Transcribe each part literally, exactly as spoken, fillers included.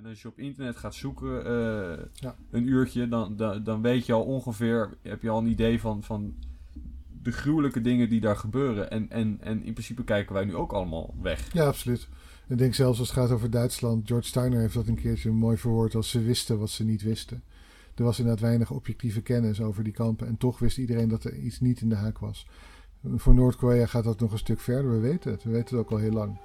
als je op internet gaat zoeken uh, ja. een uurtje, dan, dan, dan weet je al ongeveer, heb je al een idee van, van de gruwelijke dingen die daar gebeuren. En, en, en in principe kijken wij nu ook allemaal weg. Ja, absoluut. Ik denk zelfs als het gaat over Duitsland, George Steiner heeft dat een keertje mooi verwoord als ze wisten wat ze niet wisten. Er was inderdaad weinig objectieve kennis over die kampen en toch wist iedereen dat er iets niet in de haak was. Voor Noord-Korea gaat dat nog een stuk verder, we weten het. We weten het ook al heel lang.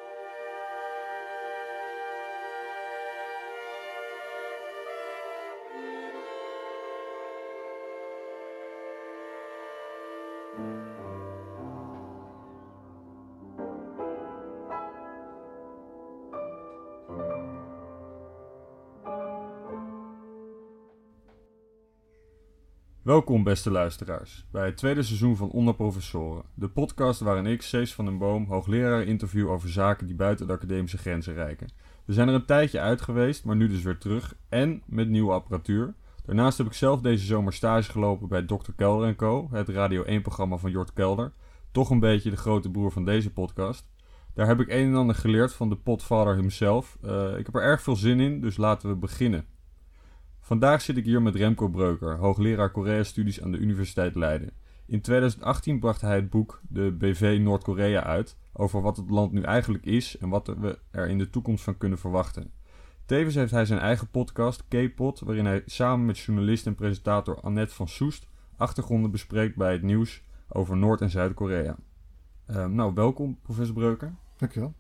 Welkom beste luisteraars, bij het tweede seizoen van Onder Professoren, de podcast waarin ik, Cees van den Boom, hoogleraar interview over zaken die buiten de academische grenzen reiken. We zijn er een tijdje uit geweest, maar nu dus weer terug en met nieuwe apparatuur. Daarnaast heb ik zelf deze zomer stage gelopen bij dokter Kelder en Co, het Radio één programma van Jort Kelder, toch een beetje de grote broer van deze podcast. Daar heb ik een en ander geleerd van de podfather himself. Uh, ik heb er erg veel zin in, dus laten we beginnen. Vandaag zit ik hier met Remco Breuker, hoogleraar Korea-studies aan de Universiteit Leiden. In tweeduizend achttien bracht hij het boek De B V Noord-Korea uit, over wat het land nu eigenlijk is en wat we er in de toekomst van kunnen verwachten. Tevens heeft hij zijn eigen podcast, K-Pod, waarin hij samen met journalist en presentator Annette van Soest achtergronden bespreekt bij het nieuws over Noord- en Zuid-Korea. Uh, nou, welkom professor Breuker. Dankjewel.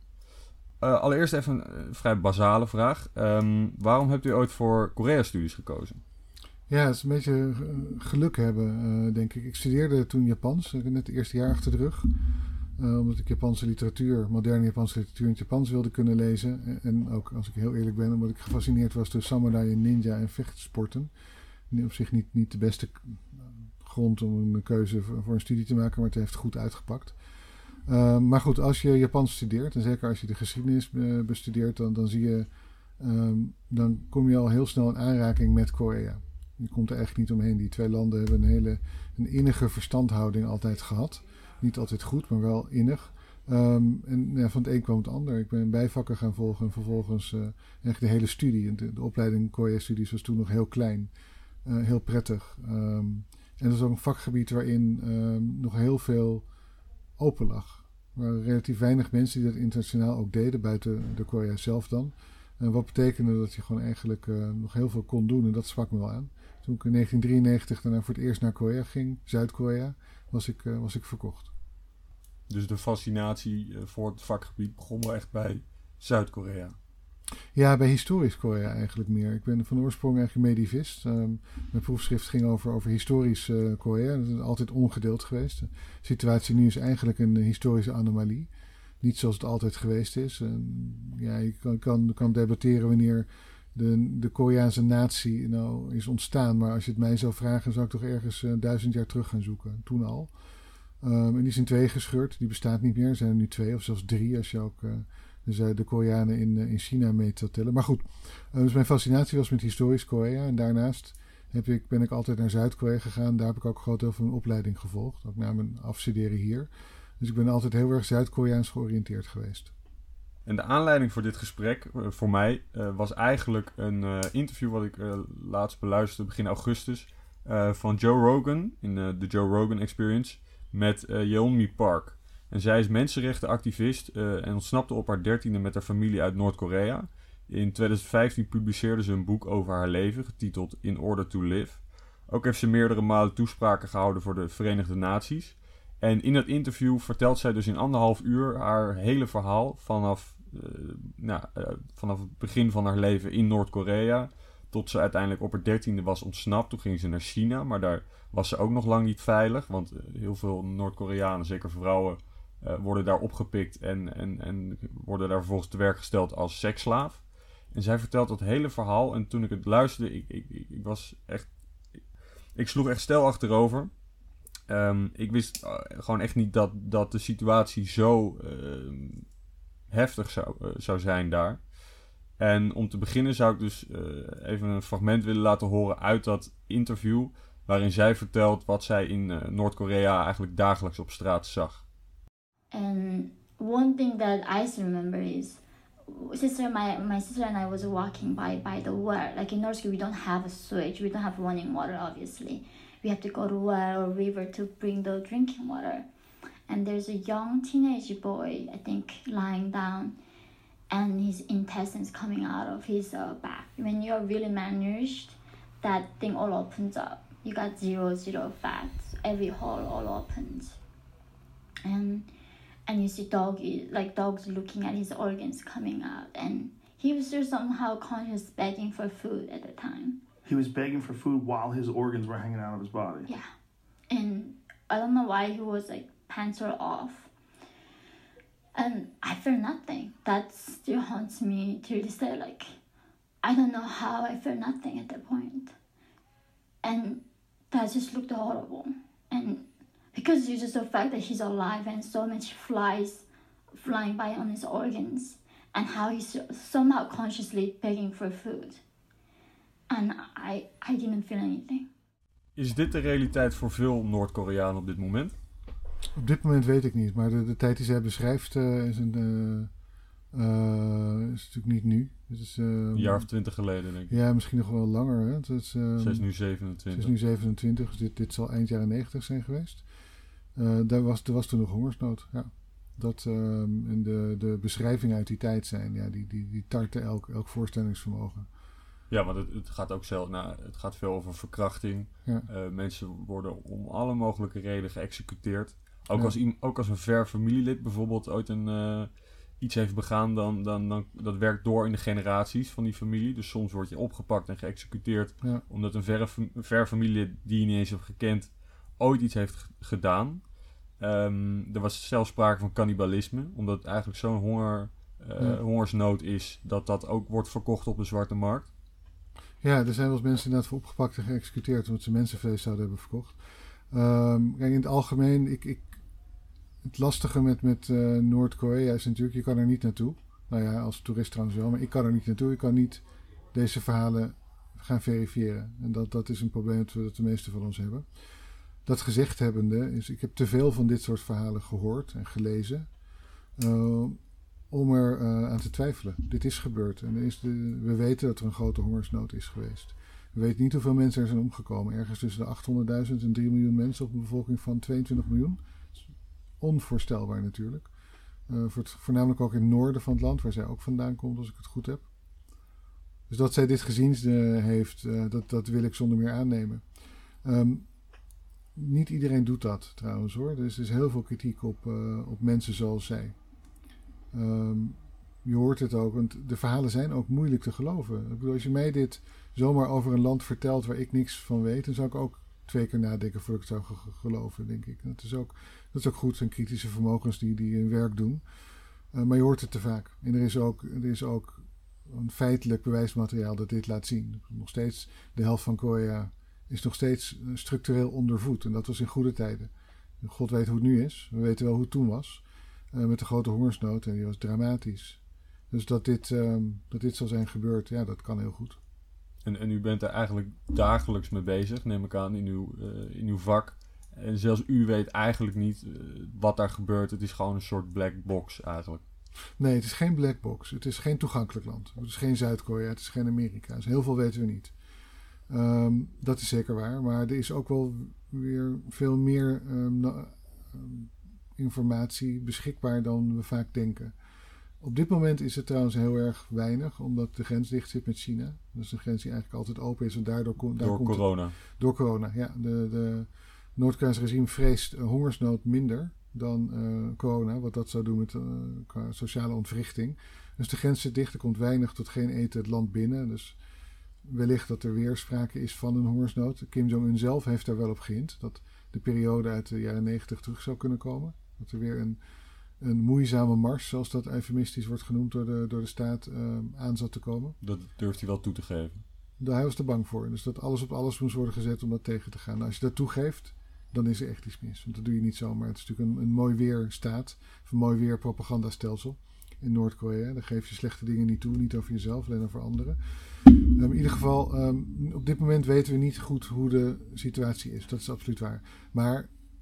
Uh, allereerst even een uh, vrij basale vraag. Um, waarom hebt u ooit voor Korea-studies gekozen? Ja, het is een beetje geluk hebben, uh, denk ik. Ik studeerde toen Japans, ik heb net het eerste jaar achter de rug. Uh, omdat ik Japanse literatuur, moderne Japanse literatuur in het Japans wilde kunnen lezen. En, en ook, als ik heel eerlijk ben, omdat ik gefascineerd was door samurai en ninja en vechtsporten. Op zich niet, niet de beste grond om een keuze voor, voor een studie te maken, maar het heeft goed uitgepakt. Uh, maar goed, als je Japans studeert, en zeker als je de geschiedenis uh, bestudeert, dan, dan zie je, um, dan kom je al heel snel in aanraking met Korea. Je komt er echt niet omheen. Die twee landen hebben een hele een innige verstandhouding altijd gehad. Niet altijd goed, maar wel innig. Um, en ja, van het een kwam het ander. Ik ben bijvakken gaan volgen en vervolgens uh, eigenlijk de hele studie. De, de opleiding Korea-studies was toen nog heel klein. Uh, heel prettig. Um, en dat is ook een vakgebied waarin um, nog heel veel open lag. Er waren relatief weinig mensen die dat internationaal ook deden, buiten de Korea zelf dan. En wat betekende dat je gewoon eigenlijk uh, nog heel veel kon doen en dat sprak me wel aan. Toen ik in negentien drieënnegentig daarna voor het eerst naar Korea ging, Zuid-Korea, was ik, uh, was ik verkocht. Dus de fascinatie voor het vakgebied begon wel echt bij Zuid-Korea? Ja, bij historisch Korea eigenlijk meer. Ik ben van oorsprong eigenlijk medivist. Um, mijn proefschrift ging over, over historisch uh, Korea. Dat is altijd ongedeeld geweest. De situatie nu is eigenlijk een uh, historische anomalie. Niet zoals het altijd geweest is. Um, ja, je kan, kan, kan debatteren wanneer de, de Koreaanse natie nou is ontstaan. Maar als je het mij zou vragen, zou ik toch ergens uh, duizend jaar terug gaan zoeken. Toen al. Um, en die is in twee gescheurd. Die bestaat niet meer. Er zijn er nu twee of zelfs drie als je ook Uh, Dus uh, de Koreanen in, uh, in China mee te tellen. Maar goed, uh, dus mijn fascinatie was met historisch Korea. En daarnaast heb ik, ben ik altijd naar Zuid-Korea gegaan. Daar heb ik ook een groot deel van mijn opleiding gevolgd. Ook na mijn afstuderen hier. Dus ik ben altijd heel erg Zuid-Koreaans georiënteerd geweest. En de aanleiding voor dit gesprek, uh, voor mij, uh, was eigenlijk een uh, interview wat ik uh, laatst beluisterde begin augustus. Uh, van Joe Rogan, in uh, de Joe Rogan Experience, met uh, Yeonmi Park. En zij is mensenrechtenactivist uh, en ontsnapte op haar dertiende met haar familie uit Noord-Korea. In tweeduizend vijftien publiceerde ze een boek over haar leven, getiteld In Order to Live. Ook heeft ze meerdere malen toespraken gehouden voor de Verenigde Naties. En in dat interview vertelt zij dus in anderhalf uur haar hele verhaal vanaf, uh, nou, uh, vanaf het begin van haar leven in Noord-Korea. Tot ze uiteindelijk op haar dertiende was ontsnapt. Toen ging ze naar China, maar daar was ze ook nog lang niet veilig. Want uh, heel veel Noord-Koreanen, zeker vrouwen, Uh, worden daar opgepikt en, en, en worden daar vervolgens te werk gesteld als seksslaaf. En zij vertelt dat hele verhaal. En toen ik het luisterde, ik, ik, ik, ik was echt... Ik, ik sloeg echt stijl achterover. Um, ik wist uh, gewoon echt niet dat, dat de situatie zo uh, heftig zou, uh, zou zijn daar. En om te beginnen zou ik dus uh, even een fragment willen laten horen uit dat interview, waarin zij vertelt wat zij in uh, Noord-Korea eigenlijk dagelijks op straat zag. And one thing that I still remember is sister, my my sister and I was walking by by the well. Like in North Korea, we don't have a switch. We don't have running water. Obviously, we have to go to well or river to bring the drinking water. And there's a young teenage boy, I think, lying down, and his intestines coming out of his uh, back. When you're really malnourished, that thing all opens up. You got zero zero fat. Every hole all opens, and. And you see dog like dogs looking at his organs coming out, and he was still somehow conscious, begging for food at the time. He was begging for food while his organs were hanging out of his body. Yeah, and I don't know why he was like pants were off, and I felt nothing. That still haunts me till this day. Like, I don't know how I felt nothing at that point, and that just looked horrible. And because it's just the fact that he's alive and so much flies flying by on his organs, and how he's somehow consciously begging for food. And I, I didn't feel anything. Is dit de realiteit voor veel Noord-Koreanen op dit moment? Op dit moment weet ik niet, maar de, de tijd die zij beschrijft uh, is, een, uh, uh, is natuurlijk niet nu. Het is, uh, een jaar of twintig geleden, denk ik. Ja, misschien nog wel langer. Hè? Het is, uh, Zij is nu zevenentwintig. Ze is nu zevenentwintig, dus dit, dit zal eind jaren negentig zijn geweest. Uh, daar was, er was toen nog hongersnood. Ja. Dat, um, en de, de beschrijvingen uit die tijd zijn, ja, die, die, die tarten elk, elk voorstellingsvermogen. Ja, want het, het gaat ook zelf, nou, het gaat veel over verkrachting. Ja. Uh, mensen worden om alle mogelijke redenen geëxecuteerd. Ook, ja. als, ook als een ver familielid bijvoorbeeld ooit een, uh, iets heeft begaan, dan, dan, dan dat werkt door in de generaties van die familie. Dus soms word je opgepakt en geëxecuteerd, ja. omdat een ver, een ver familielid die je niet eens hebt gekend ooit iets heeft g- gedaan. Um, er was zelfs sprake van cannibalisme, omdat het eigenlijk zo'n honger, uh, ja. hongersnood is, dat dat ook wordt verkocht op de zwarte markt. Ja, er zijn wel eens mensen inderdaad voor opgepakt en geëxecuteerd omdat ze mensenvlees zouden hebben verkocht. Um, kijk, in het algemeen, ik, ik, het lastige met, met uh, Noord-Korea is natuurlijk, je kan er niet naartoe. Nou ja, als toerist trouwens wel, maar ik kan er niet naartoe. Ik kan niet deze verhalen gaan verifiëren. En dat, dat is een probleem dat, we, dat de meeste van ons hebben. Dat gezegd hebbende, is, ik heb te veel van dit soort verhalen gehoord en gelezen uh, om er uh, aan te twijfelen. Dit is gebeurd en er is de, we weten dat er een grote hongersnood is geweest. We weten niet hoeveel mensen er zijn omgekomen. Ergens tussen de achthonderdduizend en drie miljoen mensen op een bevolking van tweeëntwintig miljoen. Onvoorstelbaar natuurlijk. Uh, voor het, voornamelijk ook in het noorden van het land, waar zij ook vandaan komt, als ik het goed heb. Dus dat zij dit gezien uh, heeft, uh, dat, dat wil ik zonder meer aannemen. Um, Niet iedereen doet dat trouwens hoor. Dus er is heel veel kritiek op, uh, op mensen zoals zij. Um, je hoort het ook, want de verhalen zijn ook moeilijk te geloven. Ik bedoel, als je mij dit zomaar over een land vertelt waar ik niks van weet, dan zou ik ook twee keer nadenken voordat ik het zou ge- geloven, denk ik. Dat is ook, dat is ook goed, zijn kritische vermogens die, die hun werk doen. Uh, maar je hoort het te vaak. En er is ook, er is ook een feitelijk bewijsmateriaal dat dit laat zien. Nog steeds de helft van Korea is nog steeds structureel ondervoed. En dat was in goede tijden. God weet hoe het nu is. We weten wel hoe het toen was. Uh, met de grote hongersnood. En die was dramatisch. Dus dat dit, um, dat dit zal zijn gebeurd, ja, dat kan heel goed. En, en u bent er eigenlijk dagelijks mee bezig, neem ik aan, in uw, uh, in uw vak. En zelfs u weet eigenlijk niet uh, wat daar gebeurt. Het is gewoon een soort black box eigenlijk. Nee, het is geen black box. Het is geen toegankelijk land. Het is geen Zuid-Korea. Het is geen Amerika. Dus heel veel weten we niet. Um, dat is zeker waar. Maar er is ook wel weer veel meer um, na, um, informatie beschikbaar dan we vaak denken. Op dit moment is het trouwens heel erg weinig, omdat de grens dicht zit met China. Dus de grens die eigenlijk altijd open is. En daardoor kom, daar door komt corona. Het, door corona, ja. De, de Noord-Koreaanse regime vreest uh, hongersnood minder dan uh, corona. Wat dat zou doen met uh, qua sociale ontwrichting. Dus de grens zit dicht. Er komt weinig tot geen eten het land binnen. Dus wellicht dat er weer sprake is van een hongersnood. Kim Jong-un zelf heeft daar wel op gehind. Dat de periode uit de jaren negentig terug zou kunnen komen. Dat er weer een, een moeizame mars, zoals dat eufemistisch wordt genoemd door de, door de staat, uh, aan zou te komen. Dat durft hij wel toe te geven. Daar hij was er bang voor. Dus dat alles op alles moest worden gezet om dat tegen te gaan. Nou, als je dat toegeeft, dan is er echt iets mis. Want dat doe je niet zomaar. Het is natuurlijk een, een mooi weerstaat. Of een mooi weer propagandastelsel in Noord-Korea. Daar geef je slechte dingen niet toe. Niet over jezelf, alleen over anderen. Um, in ieder geval, um, op dit moment weten we niet goed hoe de situatie is. Dat is absoluut waar. Maar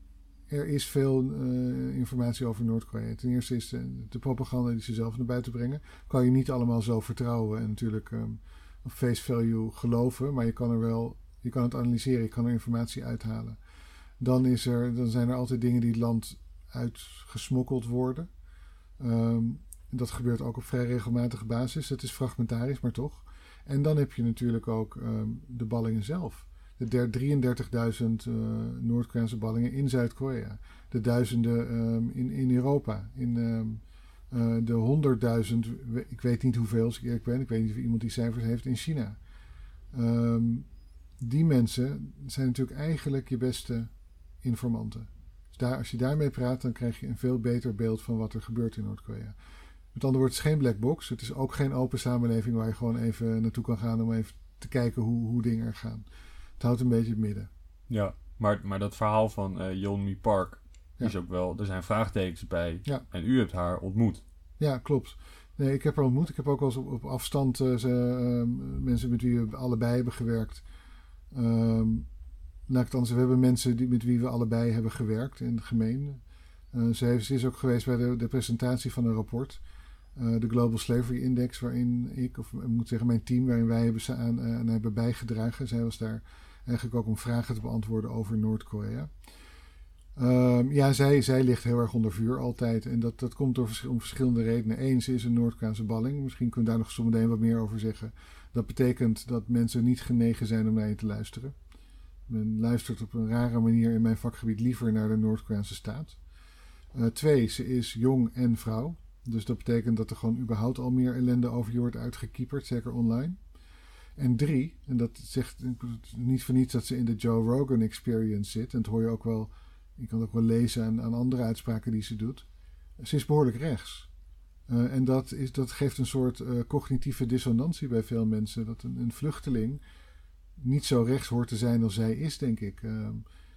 er is veel uh, informatie over Noord-Korea. Ten eerste is de, de propaganda die ze zelf naar buiten brengen. Kan je niet allemaal zo vertrouwen en natuurlijk um, op face value geloven. Maar je kan er wel, je kan het analyseren, je kan er informatie uithalen. Dan, is er, dan zijn er altijd dingen die het land uitgesmokkeld worden. Um, dat gebeurt ook op vrij regelmatige basis. Het is fragmentarisch, maar toch. En dan heb je natuurlijk ook um, de ballingen zelf. De drieëndertigduizend uh, Noord-Koreaanse ballingen in Zuid-Korea. De duizenden um, in, in Europa. In um, uh, de honderdduizend, ik weet niet hoeveel als ik eerlijk ben. Ik weet niet of iemand die cijfers heeft in China. Um, die mensen zijn natuurlijk eigenlijk je beste informanten. Dus daar, als je daarmee praat, dan krijg je een veel beter beeld van wat er gebeurt in Noord-Korea. Met andere woorden, het is geen black box. Het is ook geen open samenleving waar je gewoon even naartoe kan gaan om even te kijken hoe, hoe dingen er gaan. Het houdt een beetje het midden. Ja, maar, maar dat verhaal van uh, Yeonmi Park ja. is ook wel... Er zijn vraagtekens bij. Ja. En u hebt haar ontmoet. Ja, klopt. Nee, ik heb haar ontmoet. Ik heb ook wel eens op, op afstand uh, ze, uh, mensen met wie we allebei hebben gewerkt. Um, laat ik het anders, we hebben mensen die, met wie we allebei hebben gewerkt in het gemeen. Uh, ze, heeft, ze is ook geweest bij de, de presentatie van een rapport. Uh, de Global Slavery Index, waarin ik, of ik moet zeggen mijn team, waarin wij hebben ze aan, uh, aan hebben bijgedragen. Zij was daar eigenlijk ook om vragen te beantwoorden over Noord-Korea. Um, ja, zij, zij ligt heel erg onder vuur altijd. En dat, dat komt door vers- om verschillende redenen. Eén, ze is een Noord-Koreaanse balling. Misschien kunnen we daar nog zo meteen wat meer over zeggen. Dat betekent dat mensen niet genegen zijn om naar je te luisteren. Men luistert op een rare manier in mijn vakgebied liever naar de Noord-Koreaanse staat. Uh, twee, ze is jong en vrouw. Dus dat betekent dat er gewoon überhaupt al meer ellende over je wordt uitgekieperd, zeker online. En drie, en dat zegt niet voor niets dat ze in de Joe Rogan Experience zit. En dat hoor je ook wel, je kan het ook wel lezen aan, aan andere uitspraken die ze doet. Ze is behoorlijk rechts. Uh, en dat, is, dat geeft een soort uh, cognitieve dissonantie bij veel mensen. Dat een, een vluchteling niet zo rechts hoort te zijn als zij is, denk ik. Uh,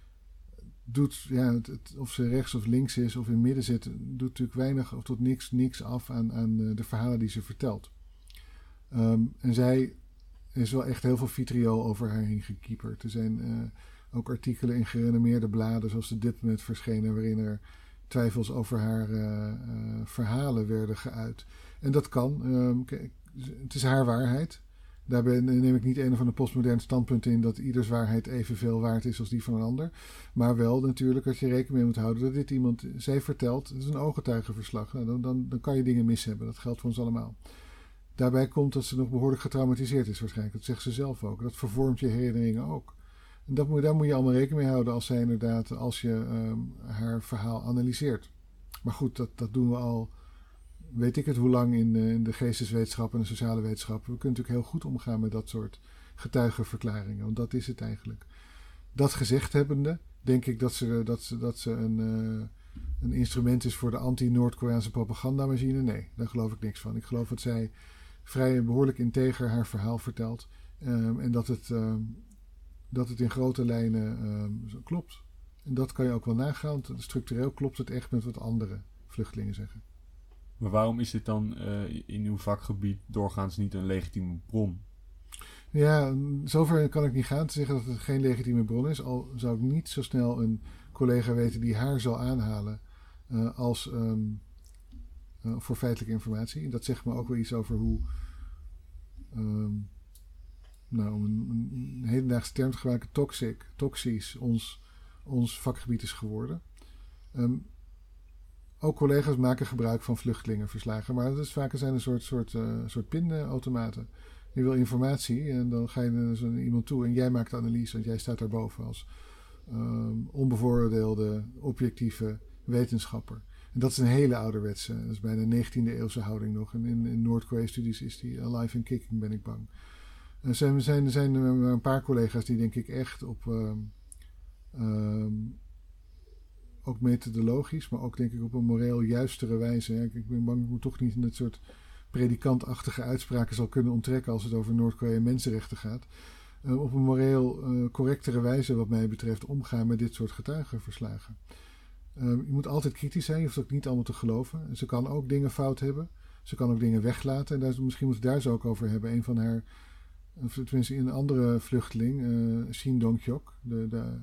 doet, ja, het, het, of ze rechts of links is of in het midden zit, doet natuurlijk weinig of tot niks, niks af aan, aan uh, de verhalen die ze vertelt. Um, en zij is wel echt heel veel vitriol over haar heen gekieperd. Er zijn uh, ook artikelen in gerenommeerde bladen zoals de Diplomat verschenen, waarin er twijfels over haar uh, uh, verhalen werden geuit. En dat kan. Um, het is haar waarheid. Daarbij neem ik niet een of ander postmodern standpunt in dat ieders waarheid evenveel waard is als die van een ander. Maar wel natuurlijk dat je rekening mee moet houden dat dit iemand, zij vertelt, het is een ooggetuigenverslag. Nou, dan, dan, dan kan je dingen mis hebben. Dat geldt voor ons allemaal. Daarbij komt dat ze nog behoorlijk getraumatiseerd is waarschijnlijk. Dat zegt ze zelf ook. Dat vervormt je herinneringen ook. En dat moet, daar moet je allemaal rekening mee houden als zij inderdaad, als je um, haar verhaal analyseert. Maar goed, dat, dat doen we al, weet ik het hoe lang in, uh, in de geesteswetenschappen en de sociale wetenschappen. We kunnen natuurlijk heel goed omgaan met dat soort getuigenverklaringen. Want dat is het eigenlijk. Dat gezegd hebbende, denk ik dat ze, dat ze, dat ze een, uh, een instrument is voor de anti-Noord-Koreaanse propagandamachine. Nee, daar geloof ik niks van. Ik geloof dat zij vrij en behoorlijk integer haar verhaal vertelt. Um, en dat het, um, dat het in grote lijnen um, klopt. En dat kan je ook wel nagaan. Structureel klopt het echt met wat andere vluchtelingen zeggen. Maar waarom is dit dan uh, in uw vakgebied doorgaans niet een legitieme bron? Ja, zover kan ik niet gaan te zeggen dat het geen legitieme bron is. Al zou ik niet zo snel een collega weten die haar zal aanhalen uh, als um, uh, voor feitelijke informatie. Dat zegt me ook wel iets over hoe, um, nou, om een, een hedendaagse term te gebruiken, toxic, toxisch ons, ons vakgebied is geworden. Um, Ook collega's maken gebruik van vluchtelingenverslagen. Maar dat is vaak zijn een soort, soort, uh, soort pinautomaten. Je wil informatie en dan ga je naar zo'n iemand toe en jij maakt de analyse. Want jij staat daarboven als um, onbevooroordeelde, objectieve wetenschapper. En dat is een hele ouderwetse, dat is bijna negentiende eeuwse houding nog. En in, in Noord-Korea-studies is die alive and kicking, ben ik bang. Er zijn, zijn, zijn er maar een paar collega's die denk ik echt op... Um, um, ook methodologisch, maar ook denk ik op een moreel juistere wijze. Ja, ik ben bang dat ik me toch niet in dat soort predikantachtige uitspraken zal kunnen onttrekken als het over Noord-Korea en mensenrechten gaat. Uh, op een moreel uh, correctere wijze wat mij betreft omgaan met dit soort getuigenverslagen. Uh, je moet altijd kritisch zijn, je hoeft ook niet allemaal te geloven. En ze kan ook dingen fout hebben. Ze kan ook dingen weglaten. En daar, misschien moeten we het daar zo ook over hebben. Een van haar, tenminste een andere vluchteling, uh, Shin Dong-hyuk, de... de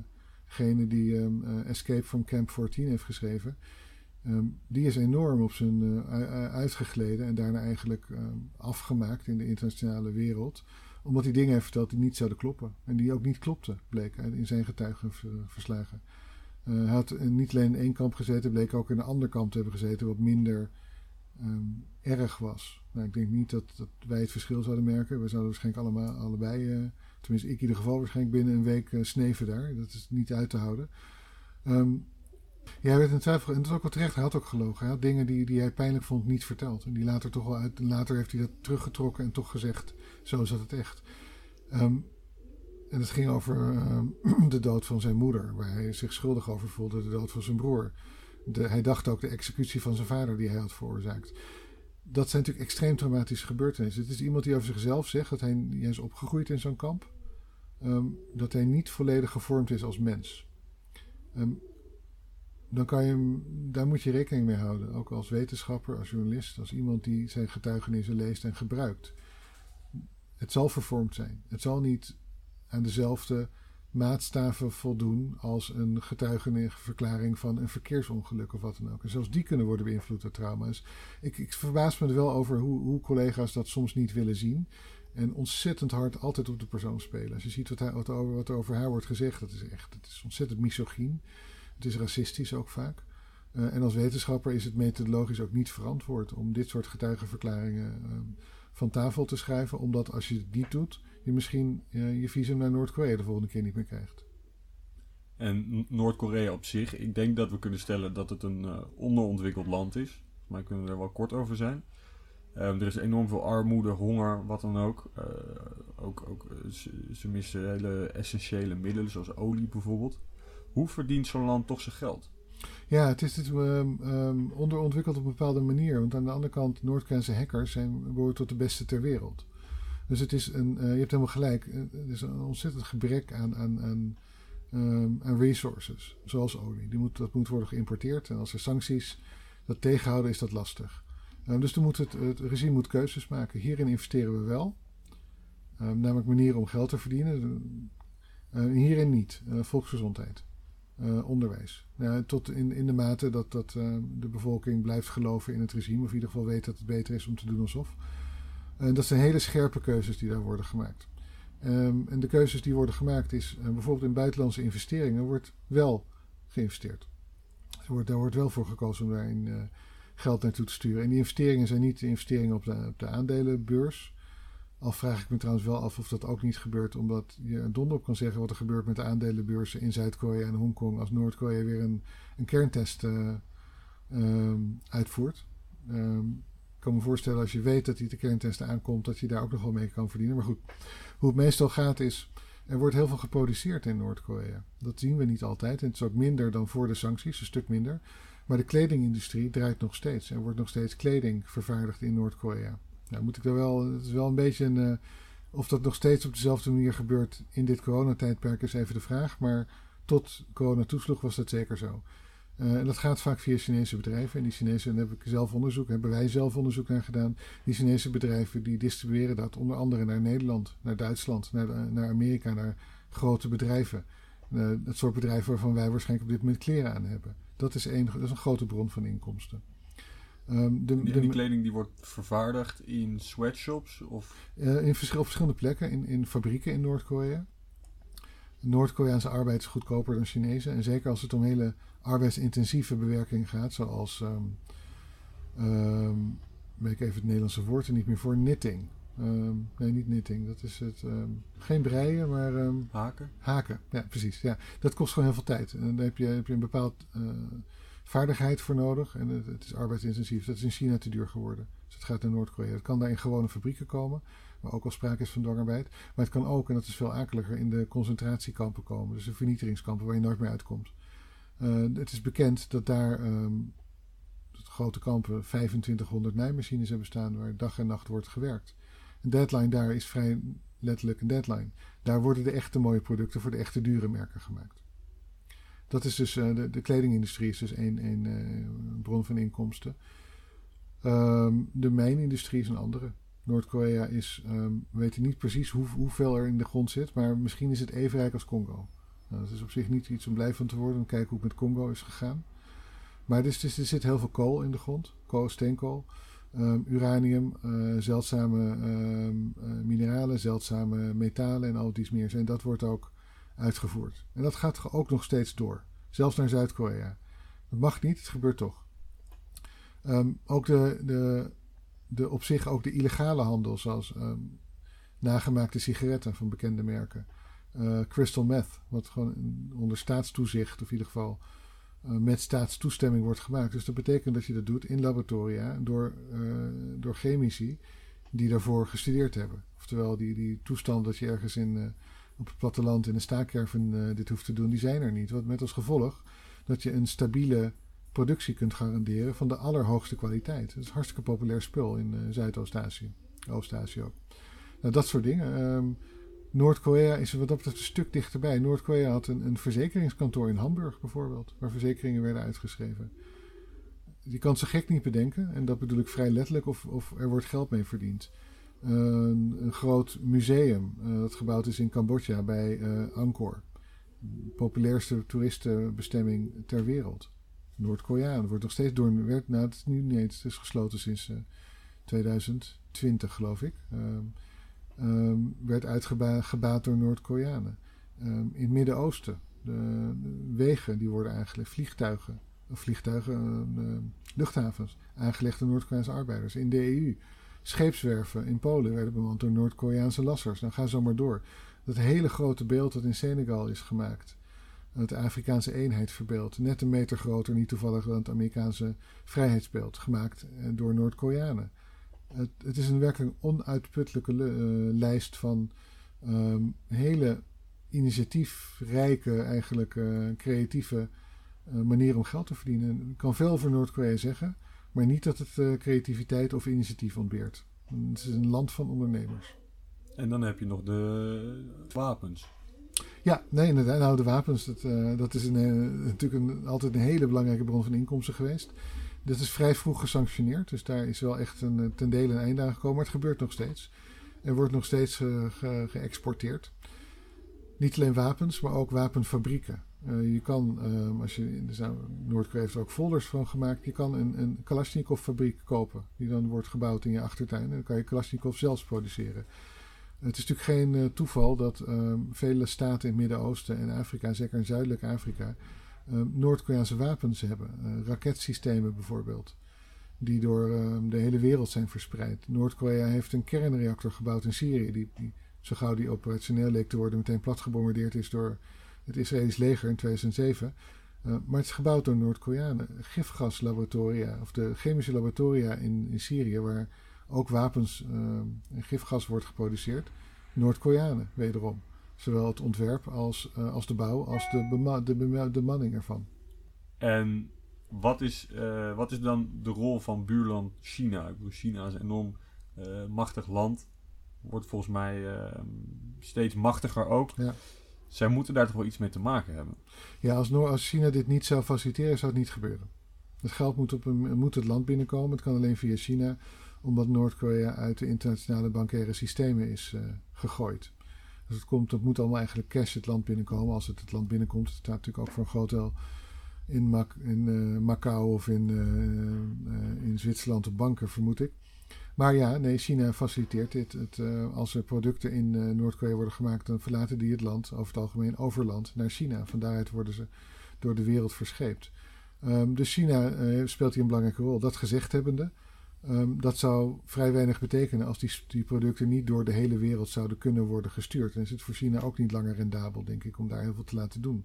degene die um, uh, Escape from Camp fourteen heeft geschreven, um, die is enorm op zijn uh, uitgegleden en daarna eigenlijk um, afgemaakt in de internationale wereld, omdat hij dingen heeft verteld die niet zouden kloppen en die ook niet klopten, bleek in zijn getuigenverslagen. Uh, hij had niet alleen in één kamp gezeten, bleek ook in een ander kamp te hebben gezeten wat minder um, erg was. Nou, ik denk niet dat, dat wij het verschil zouden merken. We zouden waarschijnlijk allemaal, allebei, uh, tenminste ik in ieder geval, waarschijnlijk binnen een week uh, sneven daar. Dat is niet uit te houden. Um, ja, hij werd in twijfel, en dat is ook wel terecht, hij had ook gelogen. Hij had dingen die, die hij pijnlijk vond niet verteld. En die later toch wel uit, later heeft hij dat teruggetrokken en toch gezegd, zo zat het echt. Um, en het ging over uh, de dood van zijn moeder, waar hij zich schuldig over voelde, de dood van zijn broer. De, hij dacht ook de executie van zijn vader die hij had veroorzaakt. Dat zijn natuurlijk extreem traumatische gebeurtenissen. Het is iemand die over zichzelf zegt dat hij, hij is opgegroeid in zo'n kamp. Um, dat hij niet volledig gevormd is als mens. Um, dan kan je hem, daar moet je rekening mee houden. Ook als wetenschapper, als journalist, als iemand die zijn getuigenissen leest en gebruikt. Het zal vervormd zijn. Het zal niet aan dezelfde maatstaven voldoen als een getuigenverklaring van een verkeersongeluk of wat dan ook. En zelfs die kunnen worden beïnvloed door trauma's. Ik, ik verbaas me er wel over hoe, hoe collega's dat soms niet willen zien. En ontzettend hard altijd op de persoon spelen. Als je ziet wat, hij, wat, over, wat er over haar wordt gezegd, dat is echt, het is ontzettend misogyn. Het is racistisch ook vaak. Uh, en als wetenschapper is het methodologisch ook niet verantwoord om dit soort getuigenverklaringen uh, van tafel te schrijven. Omdat als je het niet doet, je misschien uh, je visum naar Noord-Korea de volgende keer niet meer krijgt. En Noord-Korea op zich, ik denk dat we kunnen stellen dat het een uh, onderontwikkeld land is. Maar kunnen we er wel kort over zijn. Uh, er is enorm veel armoede, honger, wat dan ook. Uh, ook, ook uh, ze, ze missen hele essentiële middelen, zoals olie bijvoorbeeld. Hoe verdient zo'n land toch zijn geld? Ja, het is dit, um, um, onderontwikkeld op een bepaalde manier. Want aan de andere kant, Noord-Koreaanse hackers zijn behoren tot de beste ter wereld. Dus het is een, uh, je hebt helemaal gelijk, het is een ontzettend gebrek aan, aan, aan, um, aan resources, zoals olie. Die moet, dat moet worden geïmporteerd en als er sancties dat tegenhouden is dat lastig. Um, dus dan moet het, het regime moet keuzes maken. Hierin investeren we wel, um, namelijk manieren om geld te verdienen. Uh, hierin niet, uh, volksgezondheid. Uh, onderwijs. Uh, tot in, in de mate dat, dat uh, de bevolking blijft geloven in het regime, of in ieder geval weet dat het beter is om te doen alsof. Uh, dat zijn hele scherpe keuzes die daar worden gemaakt. Um, en de keuzes die worden gemaakt is, uh, bijvoorbeeld in buitenlandse investeringen wordt wel geïnvesteerd. Er wordt, daar wordt wel voor gekozen om daarin uh, geld naartoe te sturen. En die investeringen zijn niet de investeringen op de, op de aandelenbeurs. Al vraag ik me trouwens wel af of dat ook niet gebeurt, omdat je er donder op kan zeggen wat er gebeurt met de aandelenbeurzen in Zuid-Korea en Hongkong als Noord-Korea weer een, een kerntest uh, um, uitvoert. Um, ik kan me voorstellen als je weet dat die de kerntesten aankomt, dat je daar ook nog wel mee kan verdienen. Maar goed, hoe het meestal gaat is, er wordt heel veel geproduceerd in Noord-Korea. Dat zien we niet altijd en het is ook minder dan voor de sancties, een stuk minder. Maar de kledingindustrie draait nog steeds. Er wordt nog steeds kleding vervaardigd in Noord-Korea. Nou, moet ik daar wel, het is wel een beetje een, uh, of dat nog steeds op dezelfde manier gebeurt in dit coronatijdperk is even de vraag. Maar tot corona toesloeg was dat zeker zo. Uh, en dat gaat vaak via Chinese bedrijven. En die Chinese, daar heb ik zelf onderzoek, hebben wij zelf onderzoek naar gedaan. Die Chinese bedrijven die distribueren dat onder andere naar Nederland, naar Duitsland, naar, de, naar Amerika, naar grote bedrijven. Uh, het soort bedrijven waarvan wij waarschijnlijk op dit moment kleren aan hebben. Dat is een, dat is een grote bron van inkomsten. Um, de, de, en die kleding die wordt vervaardigd in sweatshops? Of? Uh, in vers, op verschillende plekken, in, in fabrieken in Noord-Korea. Noord-Koreaanse arbeid is goedkoper dan Chinese. En zeker als het om hele arbeidsintensieve bewerking gaat, zoals, um, um, weet ik even het Nederlandse woord er niet meer voor, knitting. Um, nee, niet knitting, dat is het, um, geen breien, maar... Um, haken? Haken, ja precies. Ja. Dat kost gewoon heel veel tijd. En daar heb je, heb je een bepaald... Uh, vaardigheid voor nodig en het, het is arbeidsintensief. Dat is in China te duur geworden. Dus het gaat naar Noord-Korea. Het kan daar in gewone fabrieken komen, waar ook al sprake is van dwangarbeid. Maar het kan ook, en dat is veel akeliger, in de concentratiekampen komen. Dus de vernietigingskampen waar je nooit meer uitkomt. Uh, het is bekend dat daar um, grote kampen vijfentwintighonderd naaimachines hebben staan waar dag en nacht wordt gewerkt. Een deadline daar is vrij letterlijk een deadline. Daar worden de echte mooie producten voor de echte dure merken gemaakt. Dat is dus, uh, de, de kledingindustrie is dus een, een uh, bron van inkomsten. Um, de mijnindustrie is een andere. Noord-Korea is, um, we weten niet precies hoe, hoeveel er in de grond zit, maar misschien is het even rijk als Congo. Nou, dat is op zich niet iets om blij van te worden. We kijken hoe het met Congo is gegaan. Maar dus, dus, er zit heel veel kool in de grond. Kool, steenkool. Um, uranium, uh, zeldzame um, uh, mineralen, zeldzame metalen en al iets meer. En dat wordt ook uitgevoerd. En dat gaat ook nog steeds door. Zelfs naar Zuid-Korea. Dat mag niet, het gebeurt toch. Um, ook de, de, de op zich ook de illegale handel, zoals um, nagemaakte sigaretten van bekende merken. Uh, crystal meth, wat gewoon onder staatstoezicht, of in ieder geval uh, met staatstoestemming wordt gemaakt. Dus dat betekent dat je dat doet in laboratoria door, uh, door chemici die daarvoor gestudeerd hebben. Oftewel, die, die toestand dat je ergens in, uh, op het platteland in een staakerven uh, dit hoeft te doen, die zijn er niet. Wat met als gevolg dat je een stabiele productie kunt garanderen van de allerhoogste kwaliteit. Dat is een hartstikke populair spul in uh, Zuidoost-Azië. Oost-Azië ook. Nou, dat soort dingen. Um, Noord-Korea is wat dat betreft een stuk dichterbij. Noord-Korea had een, een verzekeringskantoor in Hamburg bijvoorbeeld, waar verzekeringen werden uitgeschreven. Je kan het zo gek niet bedenken, en dat bedoel ik vrij letterlijk, of, of er wordt geld mee verdiend. Uh, een groot museum uh, dat gebouwd is in Cambodja bij uh, Angkor. De populairste toeristenbestemming ter wereld. Noord-Korea. Dat wordt nog steeds door... Werd, nou, het is nu niet eens. Het is gesloten sinds uh, twintig twintig, geloof ik. Um, um, werd uitgebaat door Noord-Koreanen. Um, in het Midden-Oosten. De, de wegen die worden aangelegd. Vliegtuigen. Of vliegtuigen. Uh, luchthavens. Aangelegd door Noord-Koreaanse arbeiders. In de E U. Scheepswerven in Polen werden bemand door Noord-Koreaanse lassers. Dan ga zo maar door. Dat hele grote beeld dat in Senegal is gemaakt. Het Afrikaanse eenheidsverbeeld. Net een meter groter, niet toevallig dan het Amerikaanse vrijheidsbeeld. Gemaakt door Noord-Koreanen. Het, het is een werkelijk onuitputtelijke uh, lijst van um, hele initiatiefrijke, eigenlijk uh, creatieve uh, manieren om geld te verdienen. Ik kan veel over Noord-Korea zeggen, maar niet dat het uh, creativiteit of initiatief ontbeert. Het is een land van ondernemers. En dan heb je nog de wapens. Ja, nee, inderdaad. Nou, de wapens, dat, uh, dat is een, uh, natuurlijk een, altijd een hele belangrijke bron van inkomsten geweest. Dat is vrij vroeg gesanctioneerd, dus daar is wel echt een, ten dele een einde aan gekomen. Maar het gebeurt nog steeds. Er wordt nog steeds uh, ge, geëxporteerd. Niet alleen wapens, maar ook wapenfabrieken. Uh, je kan, uh, als je, Noord-Korea heeft er ook folders van gemaakt, je kan een, een Kalashnikov-fabriek kopen. Die dan wordt gebouwd in je achtertuin. En dan kan je Kalashnikov zelfs produceren. Het is natuurlijk geen uh, toeval dat uh, vele staten in het Midden-Oosten en Afrika, zeker in Zuidelijk Afrika, uh, Noord-Koreaanse wapens hebben. Uh, raketsystemen bijvoorbeeld, die door uh, de hele wereld zijn verspreid. Noord-Korea heeft een kernreactor gebouwd in Syrië, die, die zo gauw die operationeel leek te worden, meteen plat gebombardeerd is door het Israëlisch leger in tweeduizend zeven. Uh, maar het is gebouwd door Noord-Koreanen. Gifgaslaboratoria, of de chemische laboratoria in, in Syrië, waar ook wapens uh, en gifgas wordt geproduceerd. Noord-Koreanen, wederom. Zowel het ontwerp als, uh, als de bouw, als de, bema- de, bema- de bemanning ervan. En wat is, uh, wat is dan de rol van buurland China? Ik bedoel, China is een enorm uh, machtig land. Wordt volgens mij uh, steeds machtiger ook. Ja. Zij moeten daar toch wel iets mee te maken hebben? Ja, als, Noor- als China dit niet zou faciliteren, zou het niet gebeuren. Het geld moet, op een, moet het land binnenkomen. Het kan alleen via China, omdat Noord-Korea uit de internationale bankaire systemen is uh, gegooid. Dus het, komt, het moet allemaal eigenlijk cash het land binnenkomen. Als het het land binnenkomt, het staat natuurlijk ook voor een groot deel in, Mac, in uh, Macau of in, uh, uh, in Zwitserland op banken, vermoed ik. Maar ja, nee, China faciliteert dit. Het, uh, als er producten in uh, Noord-Korea worden gemaakt, dan verlaten die het land, over het algemeen overland, naar China. Van daaruit worden ze door de wereld verscheept. Um, dus China uh, speelt hier een belangrijke rol. Dat gezegd hebbende, um, dat zou vrij weinig betekenen als die, die producten niet door de hele wereld zouden kunnen worden gestuurd. En is het voor China ook niet langer rendabel, denk ik, om daar heel veel te laten doen.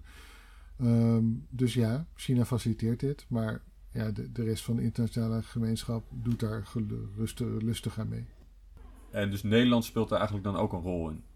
Um, dus ja, China faciliteert dit, maar ja, de, de rest van de internationale gemeenschap doet daar lustig, lustig aan mee. En dus Nederland speelt daar eigenlijk dan ook een rol in?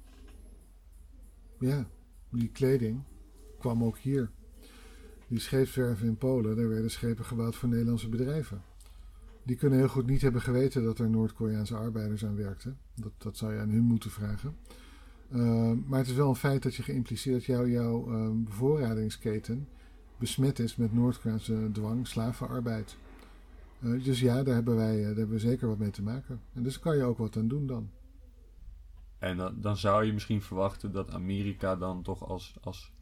Ja, die kleding kwam ook hier. Die scheepswerven in Polen, daar werden schepen gebouwd voor Nederlandse bedrijven. Die kunnen heel goed niet hebben geweten dat er Noord-Koreaanse arbeiders aan werkten. Dat, dat zou je aan hun moeten vragen. Uh, maar het is wel een feit dat je geïmpliceerd dat jou, jouw uh, bevoorradingsketen besmet is met Noord-Koreaanse dwang, slavenarbeid. Uh, dus ja, daar hebben wij uh, daar hebben we zeker wat mee te maken. En dus kan je ook wat aan doen dan. En dan, dan zou je misschien verwachten dat Amerika dan toch als, als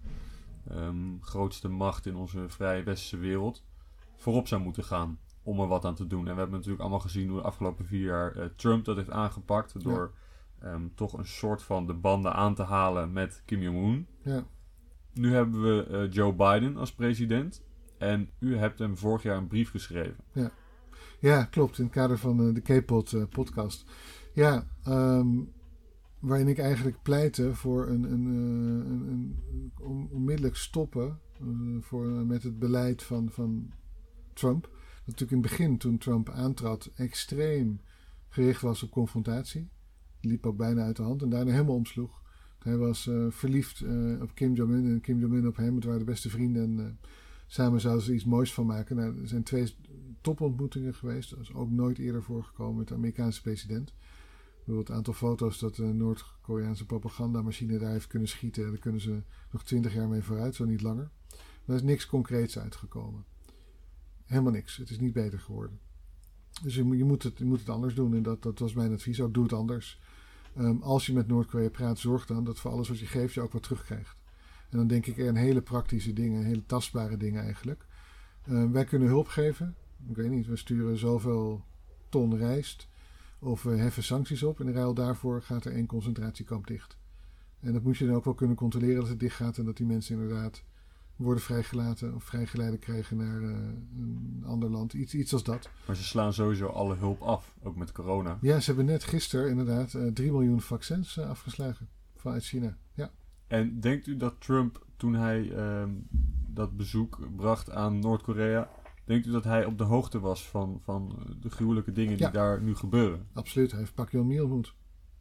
um, grootste macht in onze vrije westerse wereld voorop zou moeten gaan om er wat aan te doen. En we hebben natuurlijk allemaal gezien hoe de afgelopen vier jaar uh, Trump dat heeft aangepakt door ja. um, toch een soort van de banden aan te halen met Kim Jong-un. Ja. Nu hebben we uh, Joe Biden als president en u hebt hem vorig jaar een brief geschreven. Ja, ja klopt. In het kader van uh, de K-Pod uh, podcast. Ja, um, waarin ik eigenlijk pleitte voor een, een, uh, een, een, een onmiddellijk stoppen uh, voor, uh, met het beleid van, van Trump. Dat natuurlijk in het begin, toen Trump aantrad, extreem gericht was op confrontatie. Liep ook bijna uit de hand en daarna helemaal omsloeg. Hij was uh, verliefd uh, op Kim Jong-un en Kim Jong-un op hem. Het waren de beste vrienden en uh, samen zouden ze er iets moois van maken. Nou, er zijn twee topontmoetingen geweest. Dat is ook nooit eerder voorgekomen met de Amerikaanse president. Het aantal foto's dat de Noord-Koreaanse propagandamachine daar heeft kunnen schieten, daar kunnen ze nog twintig jaar mee vooruit, zo niet langer. Maar er is niks concreets uitgekomen. Helemaal niks. Het is niet beter geworden. Dus je, je, moet, het, je moet het anders doen en dat, dat was mijn advies. Ook doe het anders. Um, als je met Noord-Korea praat, zorg dan dat voor alles wat je geeft je ook wat terugkrijgt. En dan denk ik er aan hele praktische dingen, hele tastbare dingen eigenlijk. Um, wij kunnen hulp geven. Ik weet niet, we sturen zoveel ton rijst. Of we heffen sancties op. En in ruil daarvoor gaat er één concentratiekamp dicht. En dat moet je dan ook wel kunnen controleren dat het dicht gaat. En dat die mensen inderdaad worden vrijgelaten of vrijgeleide krijgen naar uh, een ander land. Iets, iets als dat. Maar ze slaan sowieso alle hulp af, ook met corona. Ja, ze hebben net gisteren inderdaad uh, drie miljoen vaccins uh, afgeslagen vanuit China. Ja. En denkt u dat Trump, toen hij uh, dat bezoek bracht aan Noord-Korea, denkt u dat hij op de hoogte was van, van de gruwelijke dingen die ja. daar nu gebeuren? Absoluut, hij heeft Pak Yeon-mi ontmoet.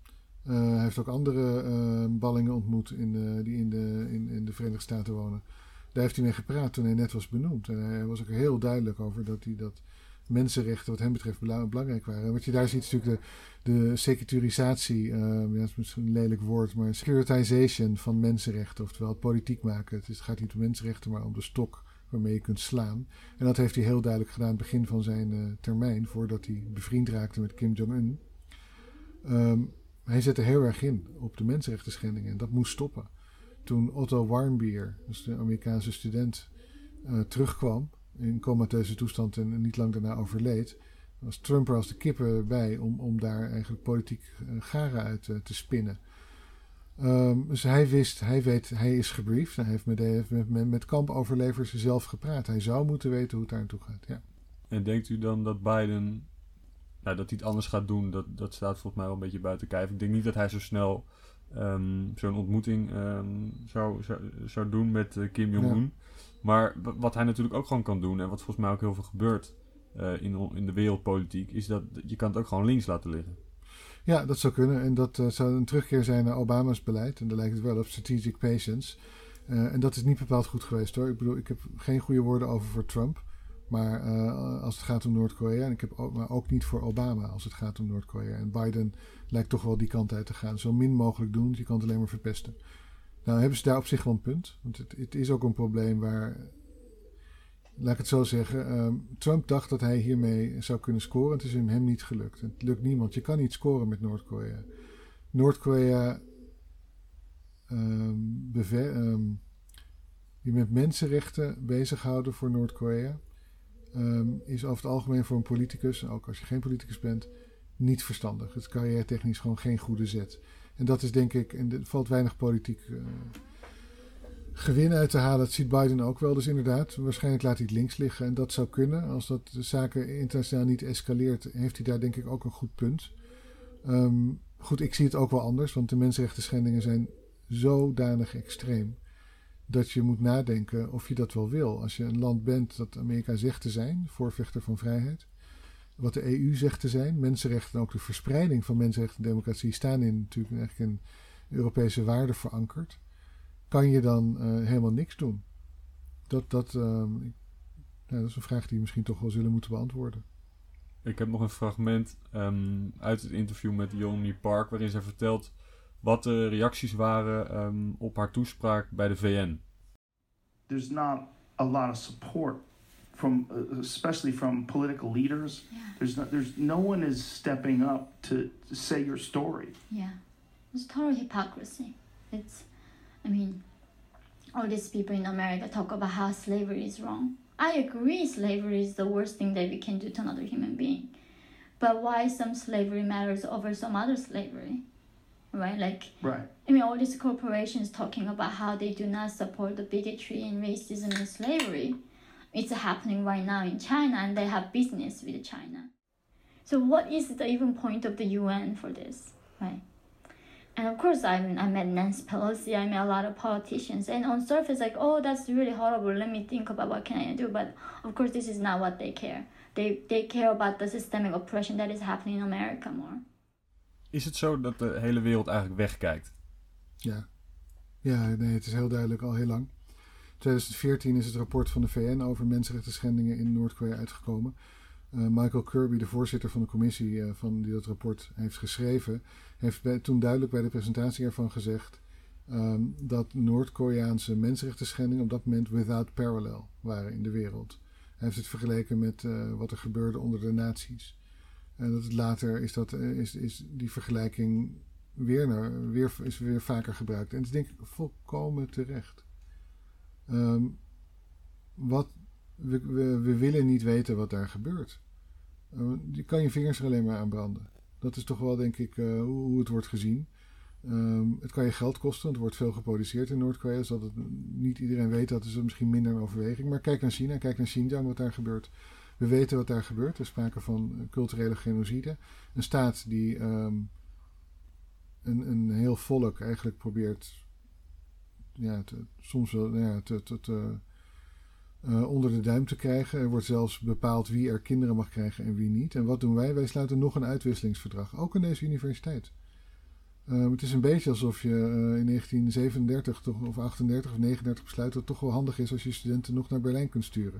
Uh, hij heeft ook andere uh, ballingen ontmoet in de, die in de, in, in de Verenigde Staten wonen. Daar heeft hij mee gepraat toen hij net was benoemd. En hij was ook heel duidelijk over dat hij dat mensenrechten wat hem betreft belangrijk waren. En wat je daar ziet is natuurlijk de, de securitisatie, uh, ja, dat is misschien een lelijk woord, maar securitization van mensenrechten, oftewel het politiek maken. Het, is, het gaat niet om mensenrechten, maar om de stok waarmee je kunt slaan. En dat heeft hij heel duidelijk gedaan aan het begin van zijn uh, termijn, voordat hij bevriend raakte met Kim Jong-un. Um, hij zette heel erg in op de mensenrechten schendingen en dat moest stoppen. Toen Otto Warmbier, dus de Amerikaanse student, uh, terugkwam in comateuze toestand en niet lang daarna overleed, was Trump er als de kippen bij om, om daar eigenlijk politiek uh, garen uit uh, te spinnen. Um, dus hij wist, hij weet, hij is gebriefd. Hij heeft met, heeft met, met, met kampoverlevers zelf gepraat. Hij zou moeten weten hoe het daar naartoe gaat. Ja. En denkt u dan dat Biden, nou, dat hij het anders gaat doen? Dat, dat staat volgens mij wel een beetje buiten kijf. Ik denk niet dat hij zo snel um, zo'n ontmoeting um, zou, zou, zou doen met uh, Kim Jong-un. Ja. Maar w- wat hij natuurlijk ook gewoon kan doen, en wat volgens mij ook heel veel gebeurt uh, in, in de wereldpolitiek, is dat je kan het ook gewoon links laten liggen. Ja, dat zou kunnen. En dat uh, zou een terugkeer zijn naar Obama's beleid. En daar lijkt het wel op, strategic patience. Uh, en dat is niet bepaald goed geweest hoor. Ik bedoel, ik heb geen goede woorden over voor Trump. Maar uh, als het gaat om Noord-Korea. En ik heb ook, maar ook niet voor Obama als het gaat om Noord-Korea. En Biden lijkt toch wel die kant uit te gaan. Zo min mogelijk doen, je kan het alleen maar verpesten. Nou hebben ze daar op zich wel een punt. Want het, het is ook een probleem waar, laat ik het zo zeggen, um, Trump dacht dat hij hiermee zou kunnen scoren. Het is hem niet gelukt. Het lukt niemand. Je kan niet scoren met Noord-Korea. Noord-Korea um, beve- um, je met mensenrechten bezighouden voor Noord-Korea um, is over het algemeen voor een politicus, ook als je geen politicus bent, niet verstandig. Het is carrière technisch gewoon geen goede zet. En dat is denk ik, en er valt weinig politiek uh, gewin uit te halen. Dat ziet Biden ook wel. Dus inderdaad, waarschijnlijk laat hij het links liggen. En dat zou kunnen. Als dat de zaken internationaal niet escaleert, heeft hij daar denk ik ook een goed punt. Um, goed, ik zie het ook wel anders. Want de mensenrechten schendingen zijn zodanig extreem dat je moet nadenken of je dat wel wil. Als je een land bent dat Amerika zegt te zijn, voorvechter van vrijheid, wat de E U zegt te zijn, mensenrechten en ook de verspreiding van mensenrechten en democratie staan in natuurlijk eigenlijk in Europese waarden verankerd, kan je dan uh, helemaal niks doen? Dat, dat, uh, ja, dat is een vraag die we misschien toch wel zullen moeten beantwoorden. Ik heb nog een fragment um, uit het interview met Yeon-mi Park, waarin zij vertelt wat de reacties waren um, op haar toespraak bij de V N. There's not a lot of support from, uh, especially from political leaders. Yeah. There's no, there's no one is stepping up to, to say your story. Yeah. It's total hypocrisy. It's, I mean, all these people in America talk about how slavery is wrong. I agree slavery is the worst thing that we can do to another human being. But why some slavery matters over some other slavery? Right? Like, right. I mean, all these corporations talking about how they do not support the bigotry and racism and slavery. It's happening right now in China, and they have business with China. So what is the even point of the U N for this, right? And of course, I mean, I met Nancy Pelosi, I met a lot of politicians, and on surface, like, oh, that's really horrible, let me think about what can I do, but of course, this is not what they care. They, they care about the systemic oppression that is happening in America more. Is het zo dat de hele wereld eigenlijk wegkijkt? Ja, ja nee, het is heel duidelijk al heel lang. twintig veertien is het rapport van de V N over mensenrechten schendingen in Noord-Korea uitgekomen. Uh, Michael Kirby, de voorzitter van de commissie uh, van die dat rapport heeft geschreven, heeft bij, toen duidelijk bij de presentatie ervan gezegd um, dat Noord-Koreaanse mensenrechten schendingen op dat moment without parallel waren in de wereld. Hij heeft het vergeleken met uh, wat er gebeurde onder de nazi's. En dat het later is, dat, uh, is, is die vergelijking weer, naar, weer, is weer vaker gebruikt. En dat is denk ik volkomen terecht. Um, wat, we, we, we willen niet weten wat daar gebeurt. Uh, je kan je vingers er alleen maar aan branden. Dat is toch wel, denk ik, uh, hoe, hoe het wordt gezien. Um, het kan je geld kosten, want er wordt veel geproduceerd in Noord-Korea. Dus dat het niet iedereen weet, dat is er misschien minder een overweging. Maar kijk naar China, kijk naar Xinjiang, wat daar gebeurt. We weten wat daar gebeurt. Er is sprake van culturele genocide. Een staat die um, een, een heel volk eigenlijk probeert... Ja, te, soms wel ja, te, te, te, uh, onder de duim te krijgen. Er wordt zelfs bepaald wie er kinderen mag krijgen en wie niet. En wat doen wij? Wij sluiten nog een uitwisselingsverdrag. Ook aan deze universiteit. Um, het is een beetje alsof je uh, in negentien zevenendertig toch, of achtendertig of negenendertig besluit dat het toch wel handig is als je studenten nog naar Berlijn kunt sturen.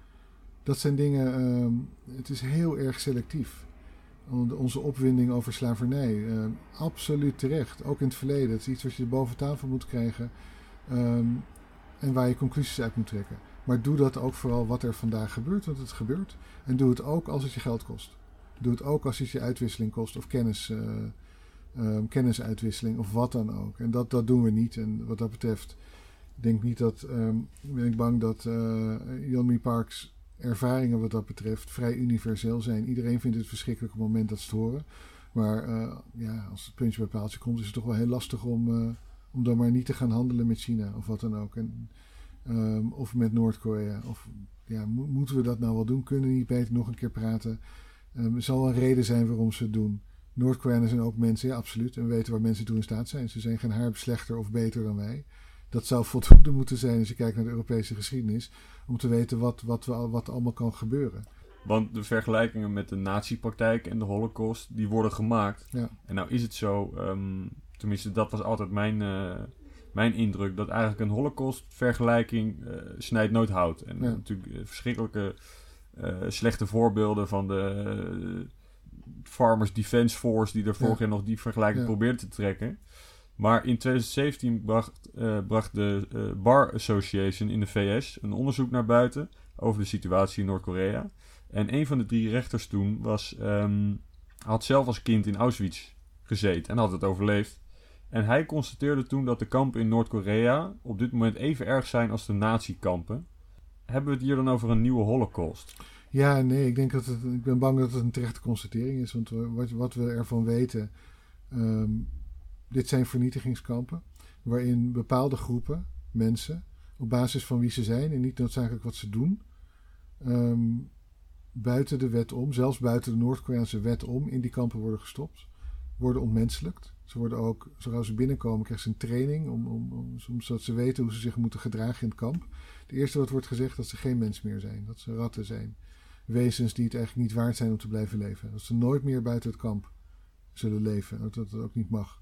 Dat zijn dingen... Um, het is heel erg selectief. Onze opwinding over slavernij. Uh, absoluut terecht. Ook in het verleden. Het is iets wat je boven tafel moet krijgen. Um, en waar je conclusies uit moet trekken. Maar doe dat ook vooral wat er vandaag gebeurt. Want het gebeurt. En doe het ook als het je geld kost. Doe het ook als het je uitwisseling kost. Of kennis, uh, um, kennisuitwisseling. Of wat dan ook. En dat, dat doen we niet. En wat dat betreft denk niet dat... Um, ben ik bang dat uh, Yeonmi Park's ervaringen wat dat betreft vrij universeel zijn. Iedereen vindt het verschrikkelijk op het moment dat ze het horen. Maar uh, ja, als het puntje bij paaltje komt, is het toch wel heel lastig om, uh, om dan maar niet te gaan handelen met China of wat dan ook. En, um, of met Noord-Korea. Of ja, mo- moeten we dat nou wel doen? Kunnen we niet beter nog een keer praten? Um, er zal een reden zijn waarom ze het doen. Noord-Koreanen zijn ook mensen, ja absoluut. En we weten waar mensen toe in staat zijn. Ze zijn geen haar slechter of beter dan wij. Dat zou voldoende moeten zijn als je kijkt naar de Europese geschiedenis. Om te weten wat, wat, we, wat allemaal kan gebeuren. Want de vergelijkingen met de nazi-praktijk en de Holocaust, die worden gemaakt. Ja. En nou is het zo, um, tenminste dat was altijd mijn, uh, mijn indruk, dat eigenlijk een Holocaust-vergelijking uh, snijdt nooit hout. En Ja. natuurlijk uh, verschrikkelijke uh, slechte voorbeelden van de uh, Farmers Defence Force, die er vorig jaar nog die vergelijking Ja. probeerde te trekken. Maar in twintig zeventien bracht, uh, bracht de uh, Bar Association in de V S een onderzoek naar buiten over de situatie in Noord-Korea. En een van de drie rechters toen was, um, had zelf als kind in Auschwitz gezeten en had het overleefd. En hij constateerde toen dat de kampen in Noord-Korea op dit moment even erg zijn als de nazi-kampen. Hebben we het hier dan over een nieuwe Holocaust? Ja, nee, ik denk dat het, ik ben bang dat het een terechte constatering is. Want wat, wat we ervan weten, um, dit zijn vernietigingskampen waarin bepaalde groepen mensen, op basis van wie ze zijn en niet noodzakelijk wat ze doen, um, buiten de wet om, zelfs buiten de Noord-Koreaanse wet om, in die kampen worden gestopt, worden ontmenselijkt. Ze worden ook, zodra ze binnenkomen, krijgen ze een training, om, om, om, zodat ze weten hoe ze zich moeten gedragen in het kamp. Het eerste wat wordt gezegd, dat ze geen mens meer zijn, dat ze ratten zijn. Wezens die het eigenlijk niet waard zijn om te blijven leven. Dat ze nooit meer buiten het kamp zullen leven, dat dat ook niet mag.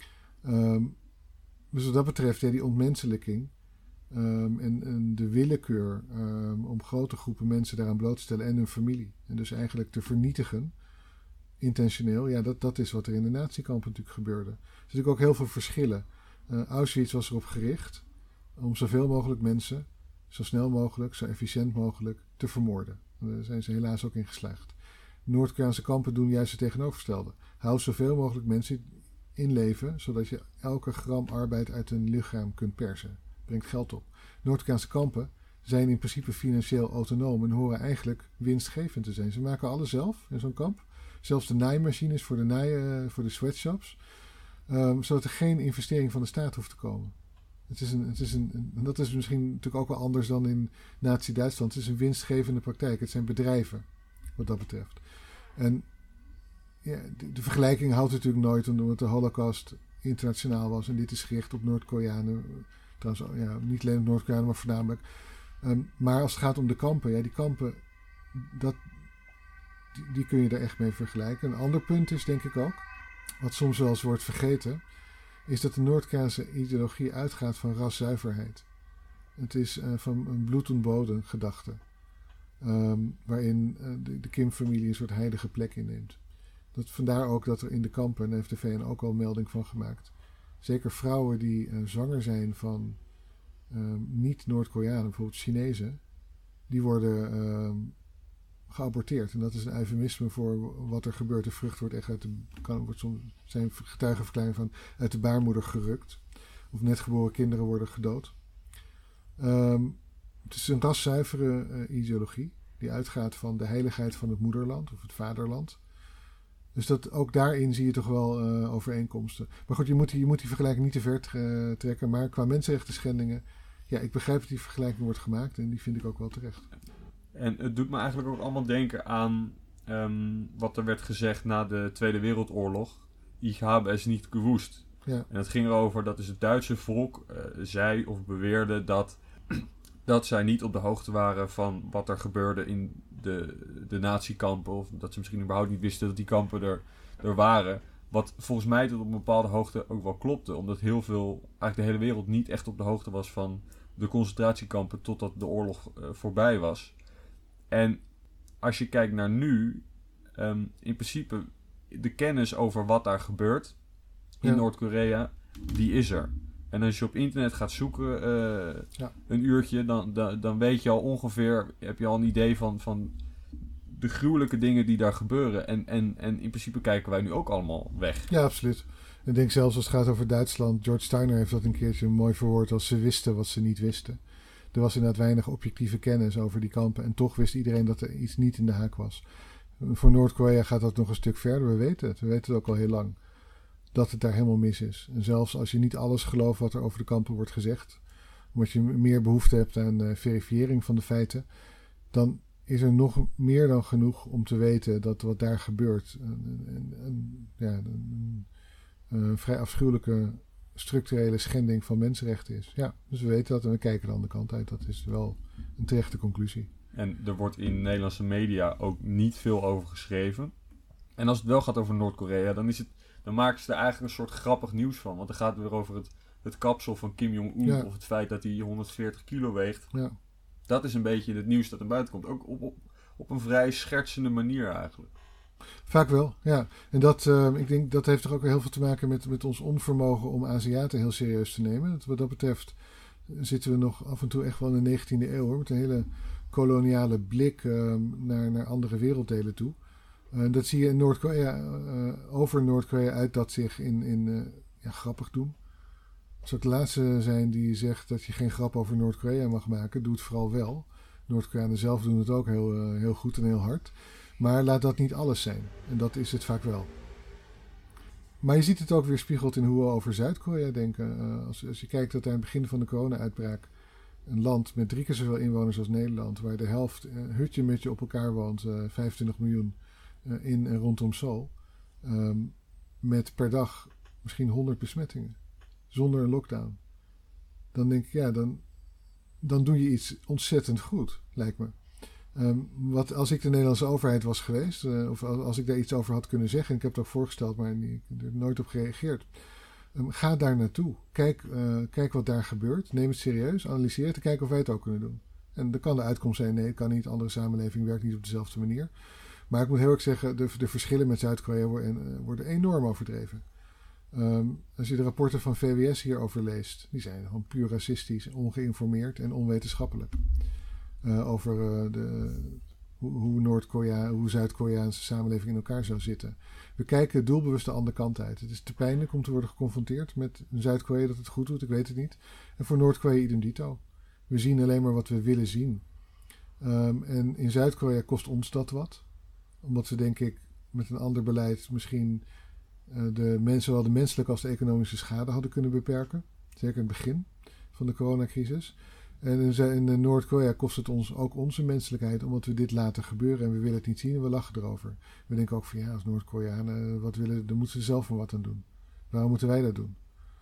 Um, dus wat dat betreft, ja, die ontmenselijking um, en, en de willekeur um, om grote groepen mensen daaraan bloot te stellen en hun familie. En dus eigenlijk te vernietigen, intentioneel, ja, dat, dat is wat er in de natiekampen natuurlijk gebeurde. Er zijn natuurlijk ook heel veel verschillen. Uh, Auschwitz was erop gericht om zoveel mogelijk mensen, zo snel mogelijk, zo efficiënt mogelijk, te vermoorden. Daar zijn ze helaas ook in geslaagd. Noord-Koreaanse kampen doen juist het tegenovergestelde. Hou zoveel mogelijk mensen inleven, zodat je elke gram arbeid uit een lichaam kunt persen. Brengt geld op. Noord-Koreaanse kampen zijn in principe financieel autonoom en horen eigenlijk winstgevend te zijn. Ze maken alles zelf in zo'n kamp. Zelfs de naaimachines voor de, naai, voor de sweatshops. Um, zodat er geen investering van de staat hoeft te komen. Het is een, het is een, en dat is misschien natuurlijk ook wel anders dan in Nazi-Duitsland. Het is een winstgevende praktijk. Het zijn bedrijven, wat dat betreft. En ja, de, de vergelijking houdt natuurlijk nooit, omdat de Holocaust internationaal was. En dit is gericht op Noord-Koreanen. Trouwens, ja, niet alleen op Noord-Koreanen, maar voornamelijk. Um, maar als het gaat om de kampen, ja, die kampen, dat, die, die kun je er echt mee vergelijken. Een ander punt is, denk ik ook, wat soms wel eens wordt vergeten, is dat de Noord-Koreaanse ideologie uitgaat van raszuiverheid. Het is uh, van een bloed en bodem gedachte. Um, waarin uh, de, de Kim-familie een soort heilige plek inneemt. Dat, vandaar ook dat er in de kampen, en daar heeft de V N ook al melding van gemaakt, zeker vrouwen die uh, zwanger zijn van uh, niet-Noord-Koreanen, bijvoorbeeld Chinezen, die worden uh, geaborteerd. En dat is een eufemisme voor wat er gebeurt. De vrucht wordt echt uit de, kan, wordt soms, zijn getuigenverklaringen van, uit de baarmoeder gerukt. Of net geboren kinderen worden gedood. Um, het is een raszuivere uh, ideologie die uitgaat van de heiligheid van het moederland of het vaderland. Dus dat, ook daarin zie je toch wel uh, overeenkomsten. Maar goed, je moet, die, je moet die vergelijking niet te ver uh, trekken. Maar qua mensenrechten schendingen, ja, ik begrijp dat die vergelijking wordt gemaakt en die vind ik ook wel terecht. En het doet me eigenlijk ook allemaal denken aan um, wat er werd gezegd na de Tweede Wereldoorlog. Ich habe es nicht gewusst. Ja. En het ging erover dat dus het Duitse volk uh, zei of beweerde dat, dat zij niet op de hoogte waren van wat er gebeurde in de, de nazi-kampen. Of dat ze misschien überhaupt niet wisten dat die kampen er, er waren. Wat volgens mij tot op een bepaalde hoogte ook wel klopte. Omdat heel veel, eigenlijk de hele wereld niet echt op de hoogte was van de concentratiekampen totdat de oorlog uh, voorbij was. En als je kijkt naar nu, um, in principe de kennis over wat daar gebeurt in ja. Noord-Korea, die is er. En als je op internet gaat zoeken uh, ja. een uurtje, dan, dan, dan weet je al ongeveer, heb je al een idee van, van de gruwelijke dingen die daar gebeuren. En, en, en in principe kijken wij nu ook allemaal weg. Ja, absoluut. Ik denk zelfs als het gaat over Duitsland, George Steiner heeft dat een keertje mooi verwoord als ze wisten wat ze niet wisten. Er was inderdaad weinig objectieve kennis over die kampen. En toch wist iedereen dat er iets niet in de haak was. Voor Noord-Korea gaat dat nog een stuk verder. We weten het. We weten het ook al heel lang. Dat het daar helemaal mis is. En zelfs als je niet alles gelooft wat er over de kampen wordt gezegd. Omdat je meer behoefte hebt aan uh, verifiëring van de feiten. Dan is er nog meer dan genoeg om te weten dat wat daar gebeurt. Een, een, een, ja, een, een vrij afschuwelijke structurele schending van mensenrechten is. Ja, dus we weten dat en we kijken de andere kant uit. Dat is wel een terechte conclusie. En er wordt in Nederlandse media ook niet veel over geschreven. En als het wel gaat over Noord-Korea, dan, is het, dan maken ze er eigenlijk een soort grappig nieuws van. Want dan gaat het weer over het, het kapsel van Kim Jong-un ja. of het feit dat hij honderdveertig kilo weegt. Ja. Dat is een beetje het nieuws dat er buiten komt. Ook op, op, op een vrij schertsende manier eigenlijk. Vaak wel, ja. En dat, uh, ik denk, dat heeft toch ook heel veel te maken met, met ons onvermogen om Aziaten heel serieus te nemen. Wat dat betreft zitten we nog af en toe echt wel in de negentiende eeuw, hoor, met een hele koloniale blik uh, naar, naar andere werelddelen toe. Uh, dat zie je in Noord-Korea, uh, over Noord-Korea uit dat zich in, in uh, ja, grappig doen. Als ik de laatste zijn die zegt dat je geen grap over Noord-Korea mag maken, doe het vooral wel. Noord-Koreanen zelf doen het ook heel, uh, heel goed en heel hard. Maar laat dat niet alles zijn. En dat is het vaak wel. Maar je ziet het ook weer spiegeld in hoe we over Zuid-Korea denken. Uh, als, als je kijkt dat aan het begin van de corona-uitbraak een land met drie keer zoveel inwoners als Nederland, waar de helft uh, hutje met je op elkaar woont, uh, vijfentwintig miljoen uh, in en rondom Seoul, um, met per dag misschien honderd besmettingen, zonder een lockdown. Dan denk ik, ja, dan, dan doe je iets ontzettend goed, lijkt me. Um, wat als ik de Nederlandse overheid was geweest, uh, of als ik daar iets over had kunnen zeggen, en ik heb het ook voorgesteld, maar ik heb er nooit op gereageerd. Um, ga daar naartoe. Kijk, uh, kijk wat daar gebeurt. Neem het serieus, analyseer het en kijk of wij het ook kunnen doen. En dan kan de uitkomst zijn, nee, het kan niet. Andere samenleving werkt niet op dezelfde manier. Maar ik moet heel erg zeggen, de, de verschillen met Zuid-Korea worden, uh, worden enorm overdreven. Um, als je de rapporten van V W S hierover leest, die zijn gewoon puur racistisch, ongeïnformeerd en onwetenschappelijk. Uh, over uh, de hoe, hoe, Noord-Korea, hoe Zuid-Koreaanse samenleving in elkaar zou zitten. We kijken doelbewust de andere kant uit. Het is te pijnlijk om te worden geconfronteerd met een Zuid-Korea dat het goed doet, ik weet het niet. En voor Noord-Korea idem dito. We zien alleen maar wat we willen zien. Um, en in Zuid-Korea kost ons dat wat. Omdat we denk ik met een ander beleid misschien uh, de mensen, zowel de menselijke als de economische schade hadden kunnen beperken. Zeker in het begin van de coronacrisis. En in, in Noord-Korea kost het ons ook onze menselijkheid, omdat we dit laten gebeuren en we willen het niet zien en we lachen erover. We denken ook van ja, als Noord-Koreanen wat willen, dan moeten ze zelf maar wat aan doen. Waarom moeten wij dat doen?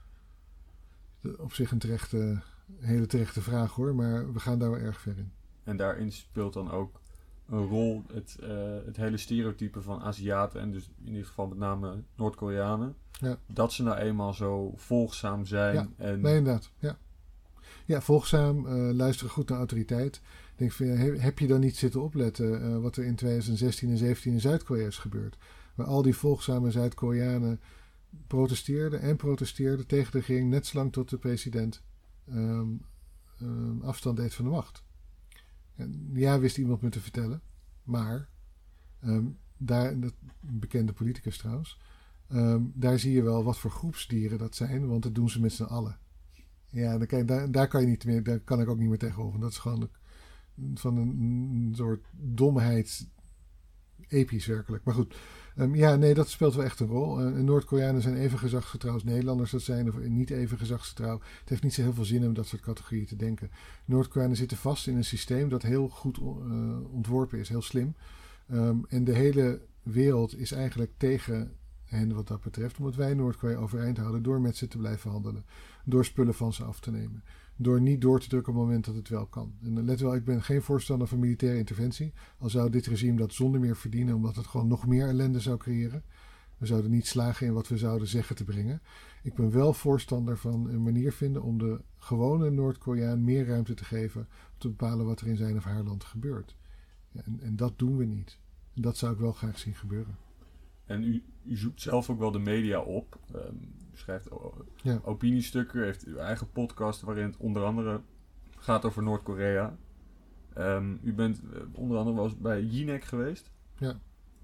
De, op zich een terechte, hele terechte vraag hoor, maar we gaan daar wel erg ver in. En daarin speelt dan ook een rol het, uh, het hele stereotype van Aziaten en dus in dit geval met name Noord-Koreanen. Ja. Dat ze nou eenmaal zo volgzaam zijn. Ja, en... nee, inderdaad. Ja, ja volgzaam, uh, luisteren goed naar autoriteit. Denk van, ja, heb je dan niet zitten opletten uh, wat er in twintig zestien en zeventien in Zuid-Korea is gebeurd? Waar al die volgzame Zuid-Koreanen protesteerden en protesteerden tegen de regering net zolang tot de president um, um, afstand deed van de macht. En ja, wist iemand me te vertellen, maar um, daar, dat, een bekende politicus trouwens, um, daar zie je wel wat voor groepsdieren dat zijn, want dat doen ze met z'n allen. Ja, dan kan, daar, daar kan je niet meer, daar kan ik ook niet meer tegenover. Dat is gewoon van een, een soort domheid, episch werkelijk. Maar goed, um, ja, nee, dat speelt wel echt een rol. Uh, Noord-Koreanen zijn even gezagsgetrouw als Nederlanders dat zijn, of niet even gezagsgetrouw. Het heeft niet zo heel veel zin om dat soort categorieën te denken. Noord-Koreanen zitten vast in een systeem dat heel goed uh, ontworpen is, heel slim. Um, en de hele wereld is eigenlijk tegen hen wat dat betreft, omdat wij Noord-Korea overeind houden door met ze te blijven handelen. Door spullen van ze af te nemen. Door niet door te drukken op het moment dat het wel kan. En let wel, ik ben geen voorstander van militaire interventie. Al zou dit regime dat zonder meer verdienen, omdat het gewoon nog meer ellende zou creëren. We zouden niet slagen in wat we zouden zeggen te brengen. Ik ben wel voorstander van een manier vinden om de gewone Noord-Koreaan meer ruimte te geven om te bepalen wat er in zijn of haar land gebeurt. Ja, en, en dat doen we niet. En dat zou ik wel graag zien gebeuren. En u, u zoekt zelf ook wel de media op. Um, u schrijft o- ja. opiniestukken, heeft uw eigen podcast waarin het onder andere gaat over Noord-Korea. Um, u bent uh, onder andere wel eens bij Jinek geweest. Ja.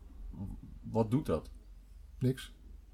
Wat doet dat? Niks.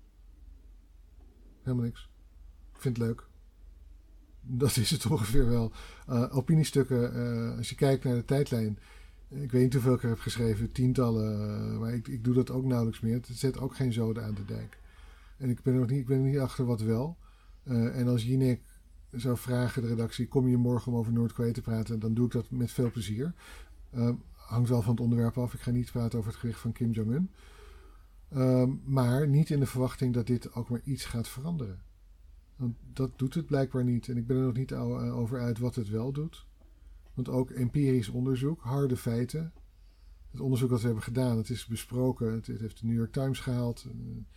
Helemaal niks. Ik vind het leuk. Dat is het ongeveer wel. Uh, opiniestukken, uh, als je kijkt naar de tijdlijn. Ik weet niet hoeveel ik er heb geschreven, tientallen, maar ik, ik doe dat ook nauwelijks meer. Het zet ook geen zoden aan de dijk. En ik ben er nog niet, ik ben er niet achter wat wel. Uh, en als Jinek zou vragen, de redactie, kom je morgen om over Noord-Korea te praten, dan doe ik dat met veel plezier. Uh, hangt wel van het onderwerp af. Ik ga niet praten over het gewicht van Kim Jong-un. Uh, maar niet in de verwachting dat dit ook maar iets gaat veranderen. Want dat doet het blijkbaar niet. En ik ben er nog niet over uit wat het wel doet. Want ook empirisch onderzoek, harde feiten. Het onderzoek dat we hebben gedaan, het is besproken. Het, het heeft de New York Times gehaald.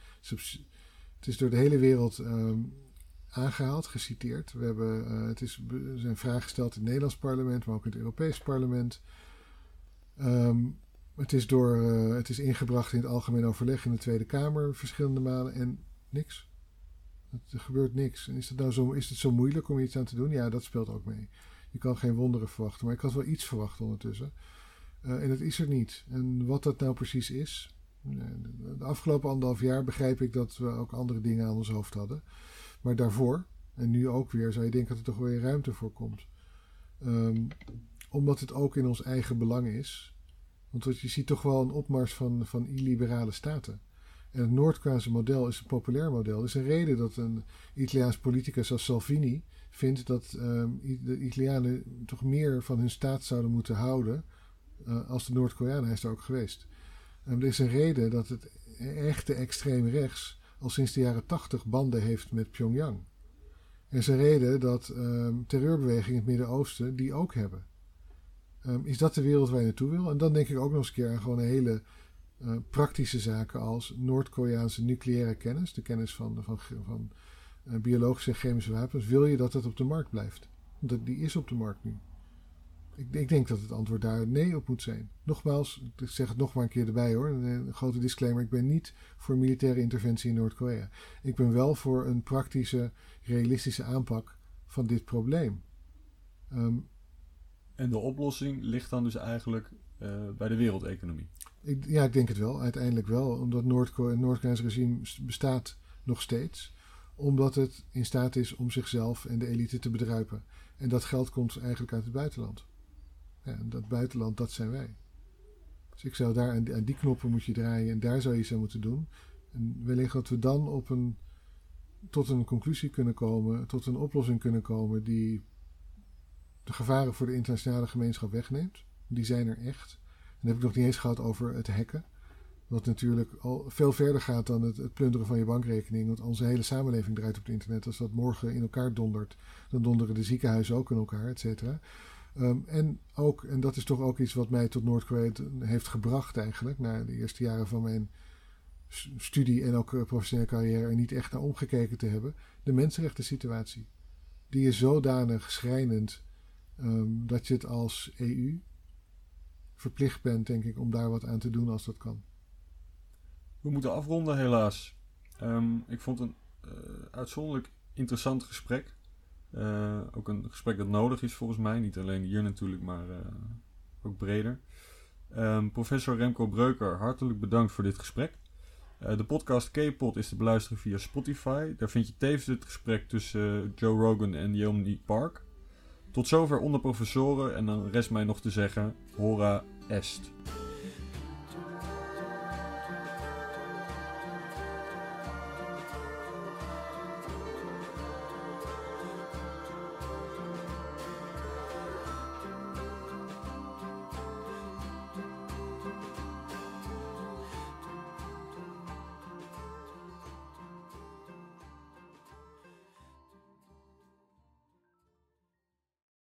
Het is door de hele wereld um, aangehaald, geciteerd. We hebben, uh, het is, er zijn vragen gesteld in het Nederlands parlement, maar ook in het Europees parlement. Um, het, is door, uh, het is ingebracht in het algemeen overleg in de Tweede Kamer verschillende malen en niks. Er gebeurt niks. En is het nou zo, is het zo moeilijk om iets aan te doen? Ja, dat speelt ook mee. Je kan geen wonderen verwachten, maar ik had wel iets verwacht ondertussen. Uh, en dat is er niet. En wat dat nou precies is... De afgelopen anderhalf jaar begrijp ik dat we ook andere dingen aan ons hoofd hadden. Maar daarvoor, en nu ook weer, zou je denken dat er toch weer ruimte voor komt. Um, omdat het ook in ons eigen belang is. Want je ziet toch wel een opmars van, van illiberale staten. En het Noord-Koreaanse model is een populair model. Er is een reden dat een Italiaans politicus als Salvini vindt dat um, de Italianen toch meer van hun staat zouden moeten houden uh, als de Noord-Koreanen. Hij is er ook geweest. Um, er is een reden dat het echte extreem rechts al sinds de jaren tachtig banden heeft met Pyongyang. Er is een reden dat um, terreurbewegingen in het Midden-Oosten die ook hebben. Um, is dat de wereld waar je naartoe wil? En dan denk ik ook nog eens een keer aan gewoon een hele uh, praktische zaken als Noord-Koreaanse nucleaire kennis, de kennis van, van, van uh, biologische en chemische wapens. Wil je dat dat op de markt blijft? Want die is op de markt nu. Ik, ik denk dat het antwoord daar nee op moet zijn. Nogmaals, ik zeg het nog maar een keer erbij hoor, een, een grote disclaimer. Ik ben niet voor militaire interventie in Noord-Korea. Ik ben wel voor een praktische, realistische aanpak van dit probleem. Um, en de oplossing ligt dan dus eigenlijk uh, bij de wereldeconomie? Ik, ja, ik denk het wel. Uiteindelijk wel. Omdat Noord-Korea, het Noord-Koreaanse regime bestaat nog steeds. Omdat het in staat is om zichzelf en de elite te bedruipen. En dat geld komt eigenlijk uit het buitenland. Ja, en dat buitenland, dat zijn wij. Dus ik zou daar aan die, aan die knoppen moet je draaien en daar zou je iets aan moeten doen. En wellicht dat we dan op een, tot een conclusie kunnen komen, tot een oplossing kunnen komen die de gevaren voor de internationale gemeenschap wegneemt. Die zijn er echt. En dan heb ik nog niet eens gehad over het hacken. Wat natuurlijk al veel verder gaat dan het, het plunderen van je bankrekening. Want onze hele samenleving draait op het internet. Als dat morgen in elkaar dondert, dan donderen de ziekenhuizen ook in elkaar, et cetera. Um, en ook, en dat is toch ook iets wat mij tot Noord-Korea heeft gebracht eigenlijk, na de eerste jaren van mijn studie en ook professionele carrière, er niet echt naar omgekeken te hebben. De mensenrechten situatie. Die is zodanig schrijnend um, dat je het als E U verplicht bent, denk ik, om daar wat aan te doen als dat kan. We moeten afronden, helaas. Um, ik vond het een uh, uitzonderlijk interessant gesprek. Uh, ook een gesprek dat nodig is volgens mij. Niet alleen hier natuurlijk, maar uh, ook breder. Um, professor Remco Breuker, hartelijk bedankt voor dit gesprek. Uh, de podcast K-Pod is te beluisteren via Spotify. Daar vind je tevens het gesprek tussen uh, Joe Rogan en Yeonmi Park. Tot zover onder professoren en dan rest mij nog te zeggen, hora est.